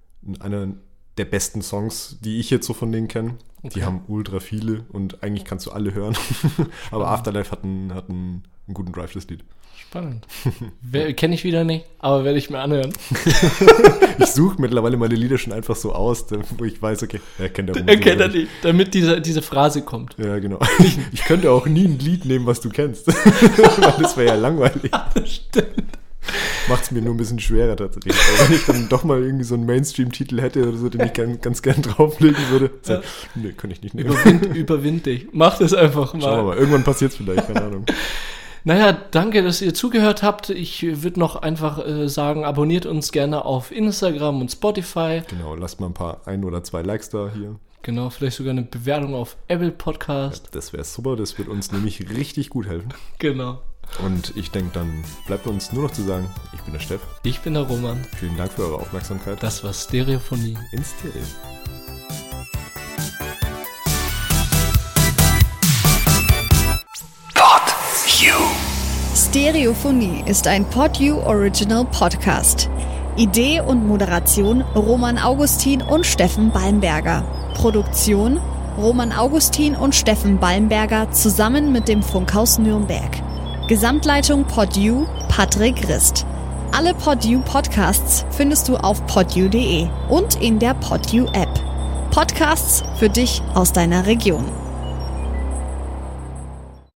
der besten Songs, die ich jetzt so von denen kenne. Okay. Die haben ultra viele und eigentlich kannst du alle hören. Aber Afterlife hat einen guten Drive, das Lied. Spannend. Kenne ich wieder nicht, aber werde ich mir anhören. Ich suche mittlerweile meine Lieder schon einfach so aus, wo ich weiß, okay, er kennt der Musik. Er kennt er nicht, damit diese Phrase kommt. Ja, genau. Ich könnte auch nie ein Lied nehmen, was du kennst. Weil das wäre ja langweilig. Ja, das stimmt. Macht es mir nur ein bisschen schwerer tatsächlich. Aber wenn ich dann doch mal irgendwie so einen Mainstream-Titel hätte oder so, den ich ganz gern drauflegen würde, nee, kann ich nicht nehmen. Überwind dich. Mach das einfach mal. Schauen wir mal, irgendwann passiert es vielleicht, keine Ahnung. Naja, danke, dass ihr zugehört habt. Ich würde noch einfach sagen, abonniert uns gerne auf Instagram und Spotify. Genau, lasst mal ein oder zwei Likes da hier. Genau, vielleicht sogar eine Bewertung auf Apple Podcast. Ja, das wäre super, das wird uns nämlich richtig gut helfen. Genau. Und ich denke, dann bleibt uns nur noch zu sagen, ich bin der Steff. Ich bin der Roman. Vielen Dank für eure Aufmerksamkeit. Das war Stereophonie. In Stereo. Stereophonie ist ein PodU Original Podcast. Idee und Moderation Roman Augustin und Steffen Balmberger. Produktion Roman Augustin und Steffen Balmberger zusammen mit dem Funkhaus Nürnberg. Gesamtleitung PodU Patrick Rist. Alle PodU Podcasts findest du auf podu.de und in der PodU App. Podcasts für dich aus deiner Region.